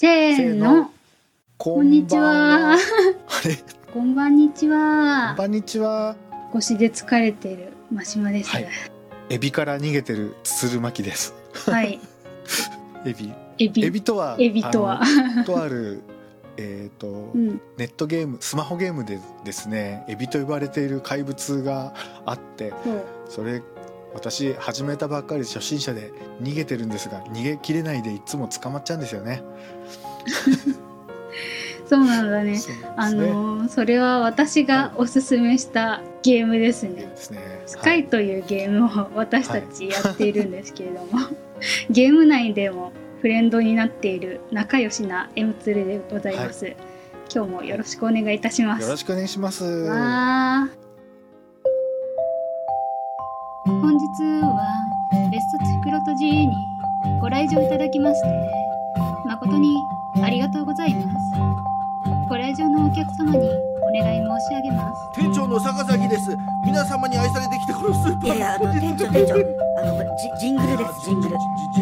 せーの。 こんにちは。 あれ、こんばんにちは。 こんばんにちは。 腰で疲れているマシマです。 はい。エビから逃げてるつるまきです。 はい。エビとはとあるネットゲーム、スマホゲームでですね、エビと呼ばれている怪物があって、それ私始めたばっかり初心者で逃げてるんですが、逃げきれないでいつも捕まっちゃうんですよね。 そうなんだね。それは私がおすすめしたゲームですね。スカイというゲームを私たちやっているんですけれども、ゲーム内でもフレンドになっている仲良しな M ツルでございます。今日もよろしくお願いいたします。 よろしくお願いします。 本日はベストチクロト G にご来場いただきまして誠にありがとうございます。ご来場のお客様にお願い申し上げます。 店長の坂崎です。皆様に愛されてきたこのスーパー。 いや店長ジングルです。ジングル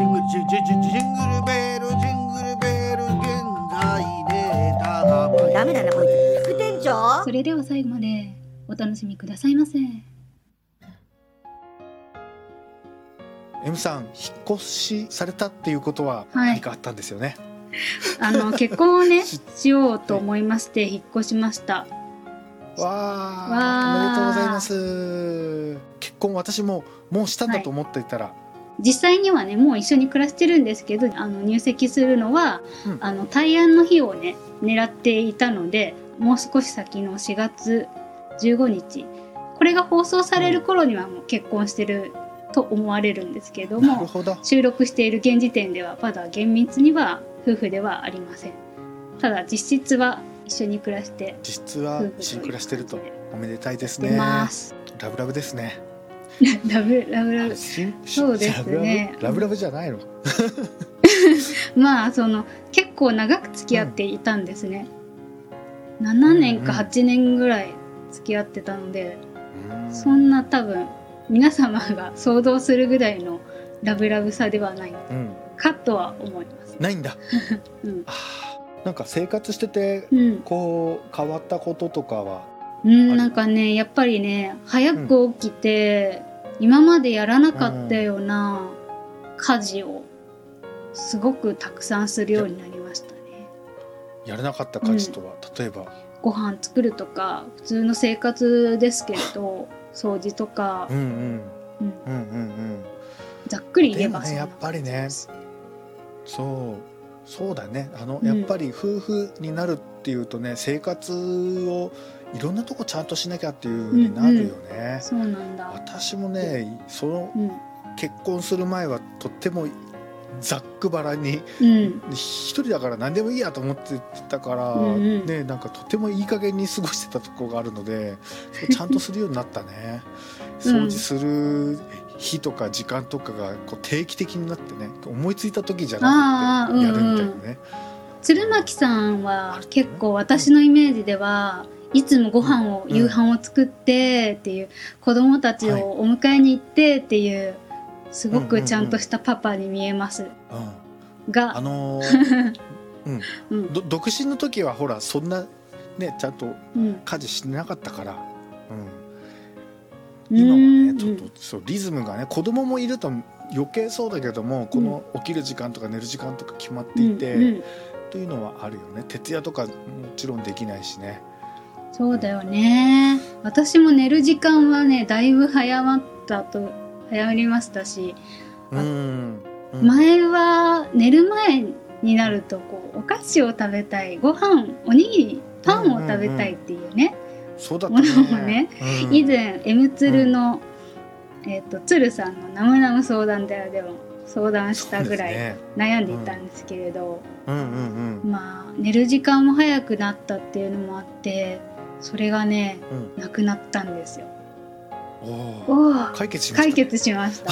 ベル現在でダメだなこいつ。副店長。 それでは最後までお楽しみくださいませ。 M さん、引っ越しされたっていうことは何かあったんですよね。 結婚をねしようと思いまして引っ越しました。 わあ、おめでとうございます。結婚私もうしたんだと思っていたら、 実際にはねもう一緒に暮らしてるんですけど、入籍するのは、大安の日をね狙っていたので、もう少し先の4月15日これが放送される頃にはもう結婚してると思われるんですけども、収録している現時点ではまだ厳密には夫婦ではありません。ただ実質は一緒に暮らして、 実質は一緒に暮らしてるとおめでたいですね。ラブラブですね。 ラブそうですね。 ラブラブじゃないの。 まあ結構長く付き合っていたんですね。7年か8年ぐらい付き合ってたので、そんな多分皆様が想像するぐらいのラブラブさではないかとは思います。 ないんだ。なんか生活してて、こう変わったこととかは、 なんかねやっぱりね早く起きて、今までやらなかったような家事をすごくたくさんするようになりましたね。 やらなかった家事とは、例えばご飯作るとか普通の生活ですけれど、掃除とか、ざっくり言えばでもね、やっぱりね、そうだね。やっぱり夫婦になるっていうとね、生活をいろんなとこちゃんとしなきゃっていう風になるよね。 そうなんだ。 私もね、結婚する前はとってもざっくばらんに、一人だから何でもいいやと思ってたからね、なんかとてもいい加減に過ごしてたところがあるので、ちゃんとするようになったね。掃除する日とか時間とかがこう定期的になってね、思いついた時じゃなくてやるみたいなね。 鶴巻さんは結構私のイメージではいつもご飯を、夕飯を作ってっていう、子供たちをお迎えに行ってっていう、すごくちゃんとしたパパに見えます。が、 独身の時はほらそんなねちゃんと家事してなかったから、今はねちょっとリズムがね、子供もいると余計そうだけども、この起きる時間とか寝る時間とか決まっていて、というのはあるよね。徹夜とかもちろんできないしね。 そうだよね。私も寝る時間はねだいぶ早まりましたし、前は寝る前になるとこうお菓子を食べたい、ご飯、おにぎり、パンを食べたいっていうね、 そうだったものをね、以前 M ツルの鶴さんのナムナム相談寺でも相談したぐらい悩んでいたんですけれど、まあ寝る時間も早くなったっていうのもあって、それがね、なくなったんですよ。解決しました。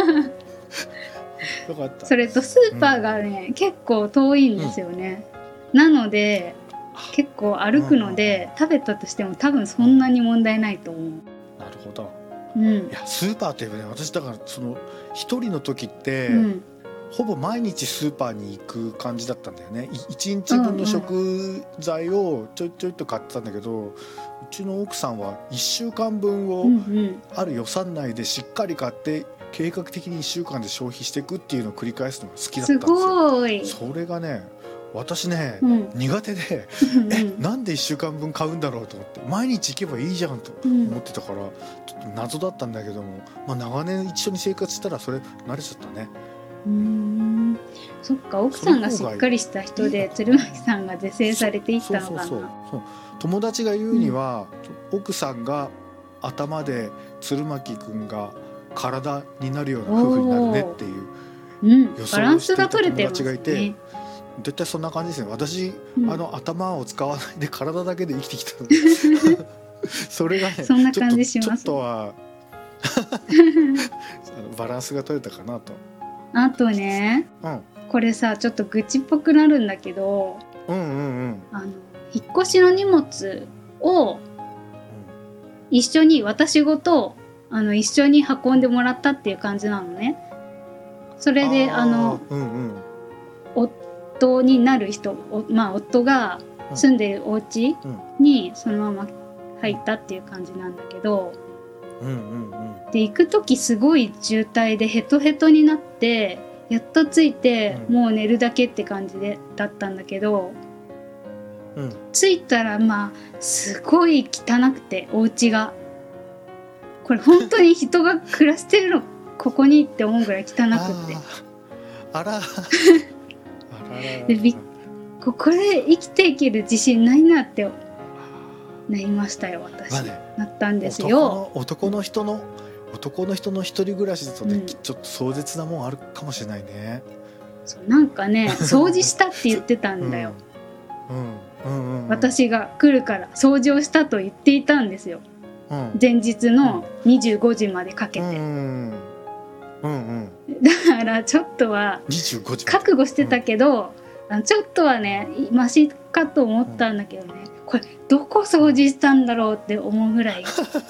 よかった。 それとスーパーがね、結構遠いんですよね。なので結構歩くので、食べたとしても多分そんなに問題ないと思う。 なるほど。いやスーパーっていうね、私だから一人の時って、 ほぼ毎日スーパーに行く感じだったんだよね。1日分の食材をちょいちょいと買ってたんだけど、うちの奥さんは1週間分をある予算内でしっかり買って計画的に1週間で消費していくっていうのを繰り返すのが好きだったんですよ。 すごい。 それがね、私ね、苦手でなんで1週間分買うんだろうと思って、毎日行けばいいじゃんと思ってたから、ちょっと謎だったんだけども、長年一緒に生活したらそれ慣れちゃったね。 そっか、奥さんがしっかりした人で鶴巻さんが是正されていったのかな。 そう友達が言うには、奥さんが頭で鶴巻くんが体になるような夫婦になるねっていう予想をしていた友達がいて、絶対そんな感じですね。私、頭を使わないで体だけで生きてきたのでそれがね、 そんな感じします。 ちょっとはバランスが取れたかなと。 あとね、これさちょっと愚痴っぽくなるんだけど、引っ越しの荷物を一緒に、私ごと一緒に運んでもらったっていう感じなのね。それで夫になる人、夫が住んでるお家にそのまま入ったっていう感じなんだけど、で行く時すごい渋滞でヘトヘトになって、やっと着いて、もう寝るだけって感じだったんだけど、着いたらすごい汚くて、お家がこれ本当に人が暮らしてるのここにって思うぐらい汚くってでここで生きていける自信ないなってなりましたよ、私。なったんですよ。 男の人の一人暮らしだとね、ちょっと壮絶なもんあるかもしれないね。 なんかね、掃除したって言ってたんだよ。私が来るから掃除をしたと言っていたんですよ、前日の25時までかけて。だからちょっとは覚悟してたけど、ちょっとはねマシかと思ったんだけどね、これどこ掃除したんだろうって思うぐらい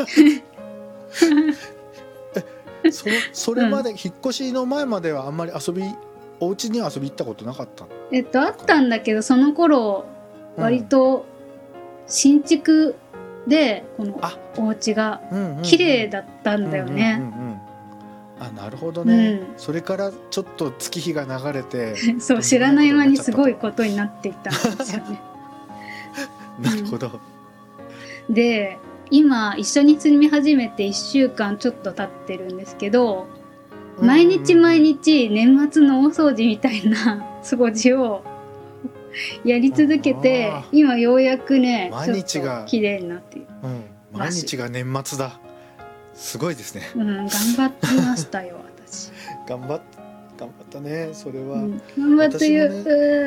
それまで、引っ越しの前まではあんまりお家に遊び行ったことなかったの？ あったんだけど、その頃割と新築でこのお家が綺麗だったんだよね。 なるほどね、それからちょっと月日が流れてそう、知らない間にすごいことになっていったんですよねなるほど。 で、今一緒に住み始めて1週間ちょっと経ってるんですけど、毎日毎日年末の大掃除みたいな掃除をやり続けて、今ようやくねちょっと綺麗になっている。 毎日が年末だ。すごいですね。 頑張ってましたよ私。 頑張ったね、それは。 頑張ってよ。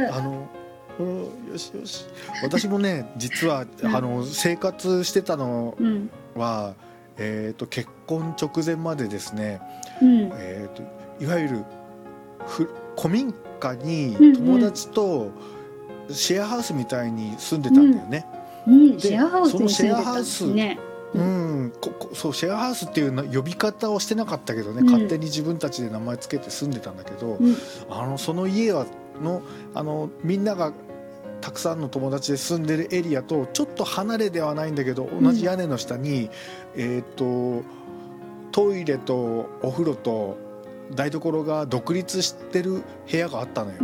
よしよし。私もね、実は生活してたのは、結婚直前までですね、いわゆる古民家に友達とシェアハウスみたいに住んでたんだよね。 シェアハウスに住んでたんですね。 そう、シェアハウスっていう呼び方をしてなかったけどね、勝手に自分たちで名前つけて住んでたんだけど、その家みんながたくさんの友達で住んでるエリアとちょっと離れではないんだけど、同じ屋根の下に、トイレとお風呂と台所が独立してる部屋があったのよ。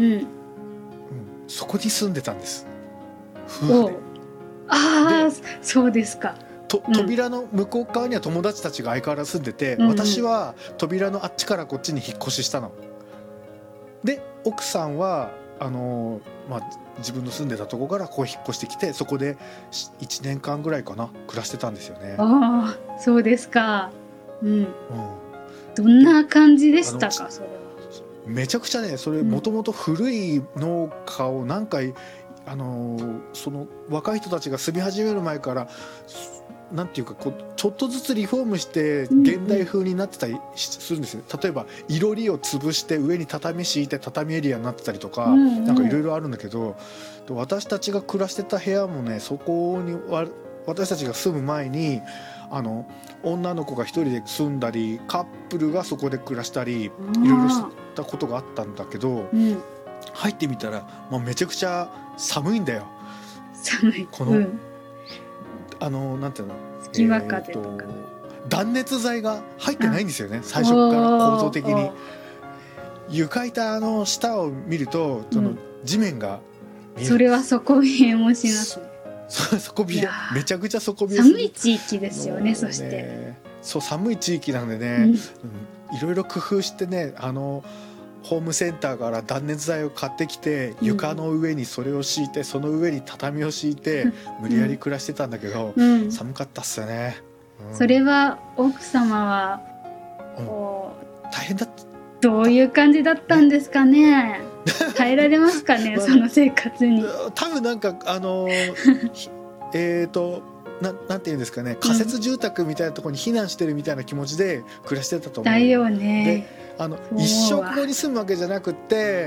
そこに住んでたんです、夫婦で。 そうですか。 扉の向こう側には友達たちが相変わらず住んでて、私は扉のあっちからこっちに引っ越ししたの。で、奥さんは自分の住んでたとこからここ引っ越してきて、そこで1年間ぐらいかな暮らしてたんですよね。 そうですか。どんな感じでしたか、それは。 めちゃくちゃね、それもともと古い農家を何回その若い人たちが住み始める前からなんていうかちょっとずつリフォームして現代風になってたりするんですよ。例えばいろりを潰して上に畳敷いて畳エリアになってたりとか、なんかいろいろあるんだけど、私たちが暮らしてた部屋もね、そこに私たちが住む前に女の子が一人で住んだり、カップルがそこで暮らしたりいろいろしてったことがあったんだけど、 うん、 入ってみたら、めちゃくちゃ寒いんだよ。 寒い。 この、なんていうの、 隙間風とか、 断熱材が入ってないんですよね、最初から構造的に。床板の下を見るとその地面が見える。 それは底冷えもしますね。 底冷え、めちゃくちゃ底冷えする。 寒い地域ですよね。そしてそう、寒い地域なんでね、いろいろ工夫してね、ホームセンターから断熱材を買ってきて、床の上にそれを敷いて、その上に畳を敷いて無理やり暮らしてたんだけど、寒かったっすよね。 それは奥様はこう、 大変だった。 どういう感じだったんですかね。耐えられますかね、その生活に。 多分なんかなんていうんですかね、仮設住宅みたいなところに避難してるみたいな気持ちで暮らしてたと思う。 だよね。 で一生ここに住むわけじゃなくって、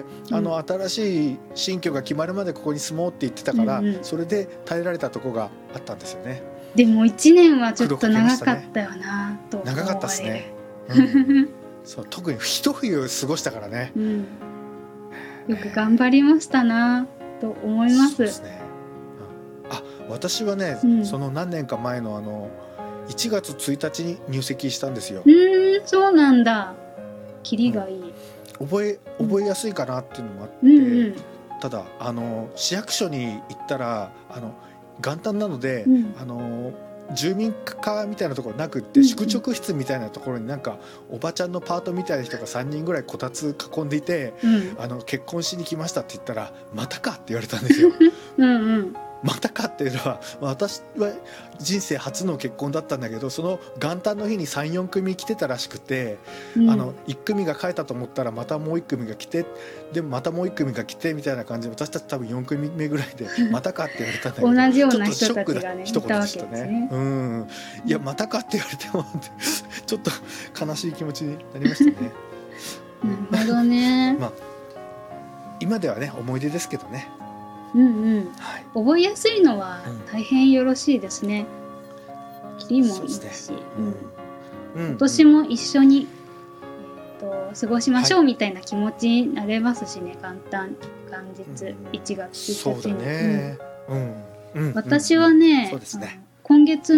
新しい新居が決まるまでここに住もうって言ってたから、それで耐えられたとこがあったんですよね。 でも1年はちょっと長かったよなと思われる。 長かったですね。そう、特に一冬過ごしたからね、 よく頑張りましたなと思います。 そうですね。私はね、その何年か前の1月1日に入籍したんですよ。 そうなんだ。キリがいい。 覚えやすいかなっていうのもあって、ただ市役所に行ったら元旦なので、住民課みたいなところなくって、宿直室みたいなところになんかおばちゃんのパートみたいな人が3人ぐらいこたつ囲んでいて、結婚しに来ましたって言ったら、またかって言われたんですよ。またかっていうのは、私は人生初の結婚だったんだけど、その元旦の日に 3,4 組来てたらしくて、1組が帰ったと思ったらまたもう1組が来て、でもまたもう1組が来てみたいな感じで、私たち多分4組目ぐらいでまたかって言われたんだけど同じような人たちがねいたわけですね。 いや、またかって言われてもちょっと悲しい気持ちになりましたね。 なるほどね。 今ではね思い出ですけどね。 覚えやすいのは大変よろしいですね。キリもいいし、今年も一緒に過ごしましょうみたいな気持ちになれますしね。元日1月1日に。私はね、今月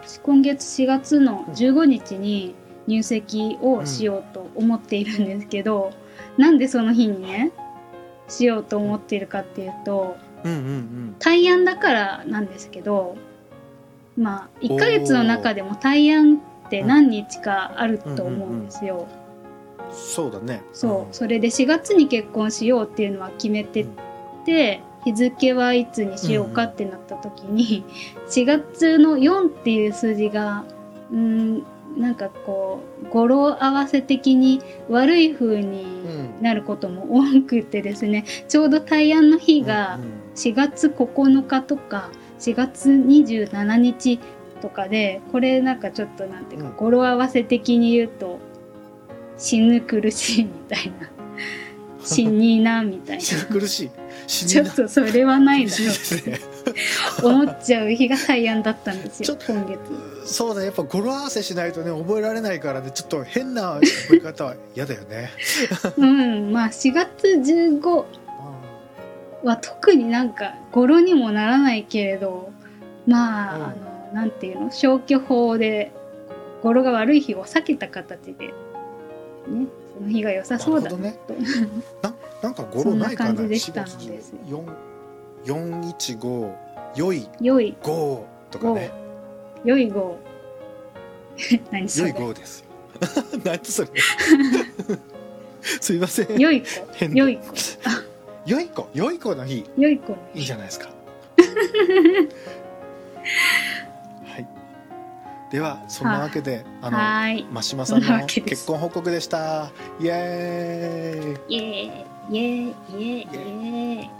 4月の15日に入籍をしようと思っているんですけど、なんでその日にねしようと思っているかっていうと、大安だからなんですけど、1ヶ月の中でも大安って何日かあると思うんですよ。 そうだね。 それで4月に結婚しようっていうのは決めてて、日付はいつにしようかってなった時に、4月の4っていう数字がなんかこう語呂合わせ的に悪い風になることも多くてですね、ちょうど大安の日が4月9日とか4月27日とかで、これなんかちょっとなんていうか、語呂合わせ的に言うと死ぬ苦しいみたいな死になみたいな死ぬ苦しいちょっとそれはないだろう思っちゃう日が大安だったんですよ、今月。 そうだ、やっぱ語呂合わせしないとね覚えられないからね、ちょっと変な覚え方は嫌だよね。 4月15は特になんか語呂にもならないけれど、なんていうの、消去法で語呂が悪い日を避けた形でね、その日が良さそうだねと。 なんか語呂ないかな。 そんな感じでしたのです 415よい5とかね。 よい5何それ。 よい5です。何それ。すいません。 よい子よい子の日。いいんじゃないですか。はい。ではそんなわけで真島さんの結婚報告でした。イエーイ。 イエーイイエーイイエーイイエーイ。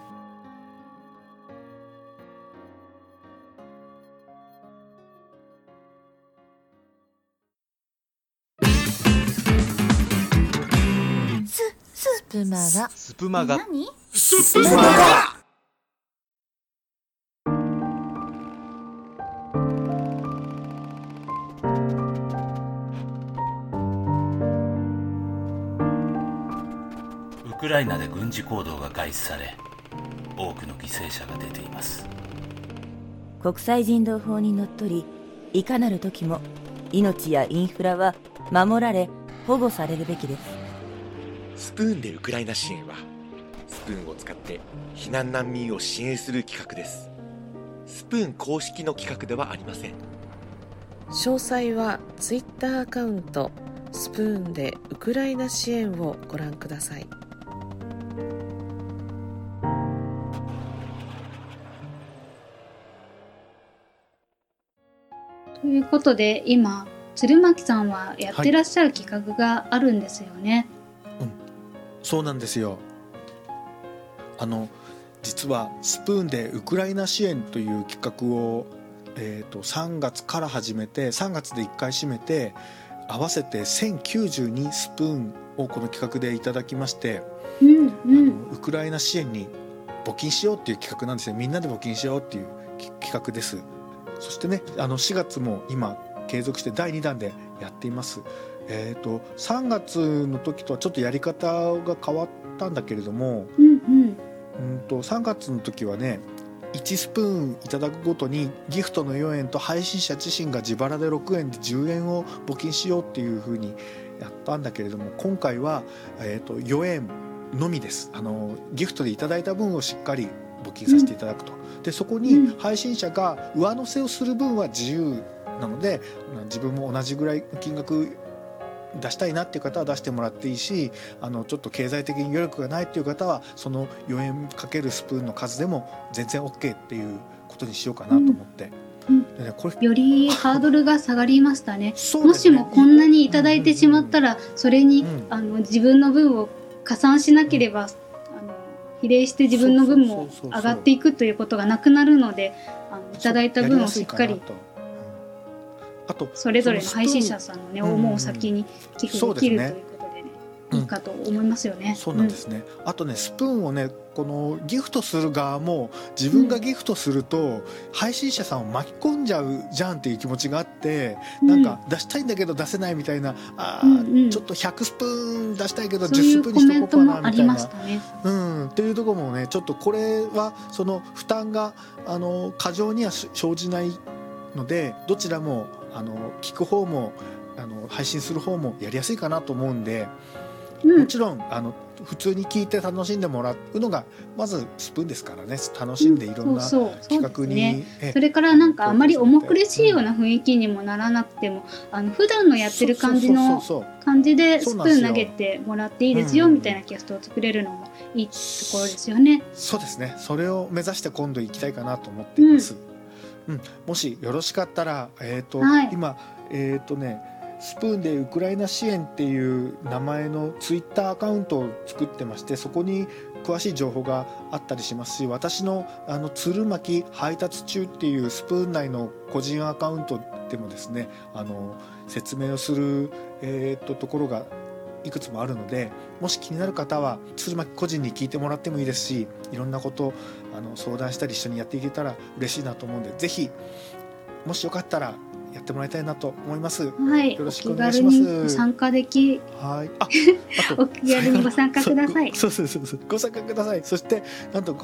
スプマガ何？ スプマガ。 ライナで軍事行動が開始され、多くの犠牲者が出ています。 国際人道法にのっとり、いかなる時も命やインフラは守られ保護されるべきです。 スプーンでウクライナ支援は、スプーンを使って避難難民を支援する企画です。スプーン公式の企画ではありません。 詳細はツイッターアカウントスプーンでウクライナ支援をご覧ください。 ということで、今鶴巻さんはやってらっしゃる企画があるんですよね。 そうなんですよ。実はスプーンでウクライナ支援という企画を、3月から始めて、3月で1回締めて、合わせて1092スプーンをこの企画でいただきまして、ウクライナ支援に募金しようっていう企画なんですよ。みんなで募金しようっていう企画です。そしてね、4月も今継続して第2弾でやっています。3月の時とはちょっとやり方が変わったんだけれども、3月の時はね、1スプーンいただくごとにギフトの4円と配信者自身が自腹で6円で10円を募金しようっていう風にやったんだけれども、今回は、4円のみです。ギフトでいただいた分をしっかり募金させていただくと。でそこに配信者が上乗せをする分は自由なので、自分も同じぐらいの金額出したいなっていう方は出してもらっていいし、ちょっと経済的に余力がないっていう方はその4円かけるスプーンの数でも全然 OK っていうことにしようかなと思って、でね、これよりハードルが下がりましたね。もしもこんなにいただいてしまったら、それに、自分の分を加算しなければ、比例して自分の分も上がっていくということがなくなるので、いただいた分をしっかりあとそれぞれの配信者さんのね、思うを先に寄付できるということでね、いいかと思いますよね。 そうなんですね。あとね、スプーンをね、このギフトする側も自分がギフトすると配信者さんを巻き込んじゃうじゃんっていう気持ちがあって、なんか出したいんだけど出せないみたいな、ちょっと100スプーン出したいけど10スプーンにしとこうかなみたいな、っていうところもね、ちょっとこれはその負担が過剰には生じないので、どちらも聞く方も配信する方もやりやすいかなと思うんで、もちろん普通に聞いて楽しんでもらうのがまずスプーンですからね。楽しんでいろんな企画に、 それからなんかあまり重苦しいような雰囲気にもならなくても、普段のやってる感じの感じでスプーン投げてもらっていいですよみたいなキャストを作れるのもいいところですよね。 そうですね。それを目指して今度行きたいかなと思っています。もしよろしかったら、今スプーンでウクライナ支援っていう名前のツイッターアカウントを作ってまして、そこに詳しい情報があったりしますし、私の鶴巻配達中っていうスプーン内の個人アカウントでもですね、説明をする、ところがいくつもあるので、もし気になる方は鶴巻個人に聞いてもらってもいいですし、いろんなこと相談したり一緒にやっていけたら嬉しいなと思うんで、ぜひもしよかったらやってもらいたいなと思います。よろしくお願いします。 お気軽に参加でき、お気軽にご参加ください。 そうご参加ください。そしてなんと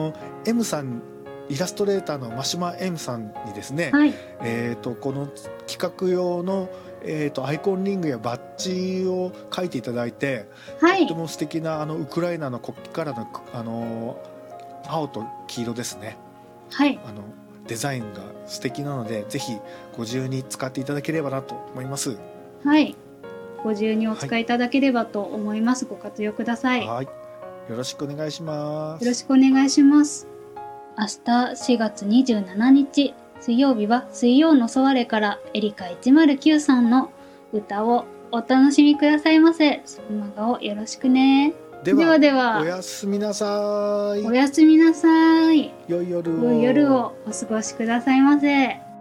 M さん、イラストレーターの真島 M さんにですね、この企画用のアイコンリングやバッジを書いていただいて、とても素敵なウクライナの国旗からの青と黄色ですね。デザインが素敵なので、ぜひご自由に使っていただければなと思います。 ご自由にお使いいただければと思います。ご活用ください。 よろしくお願いします。 よろしくお願いします。明日4月27日水曜日は水曜のソワレからエリカ109さんの歌をお楽しみくださいませ。その顔よろしくね。ではおやすみなさい。 おやすみなさい。 良い夜をお過ごしくださいませ。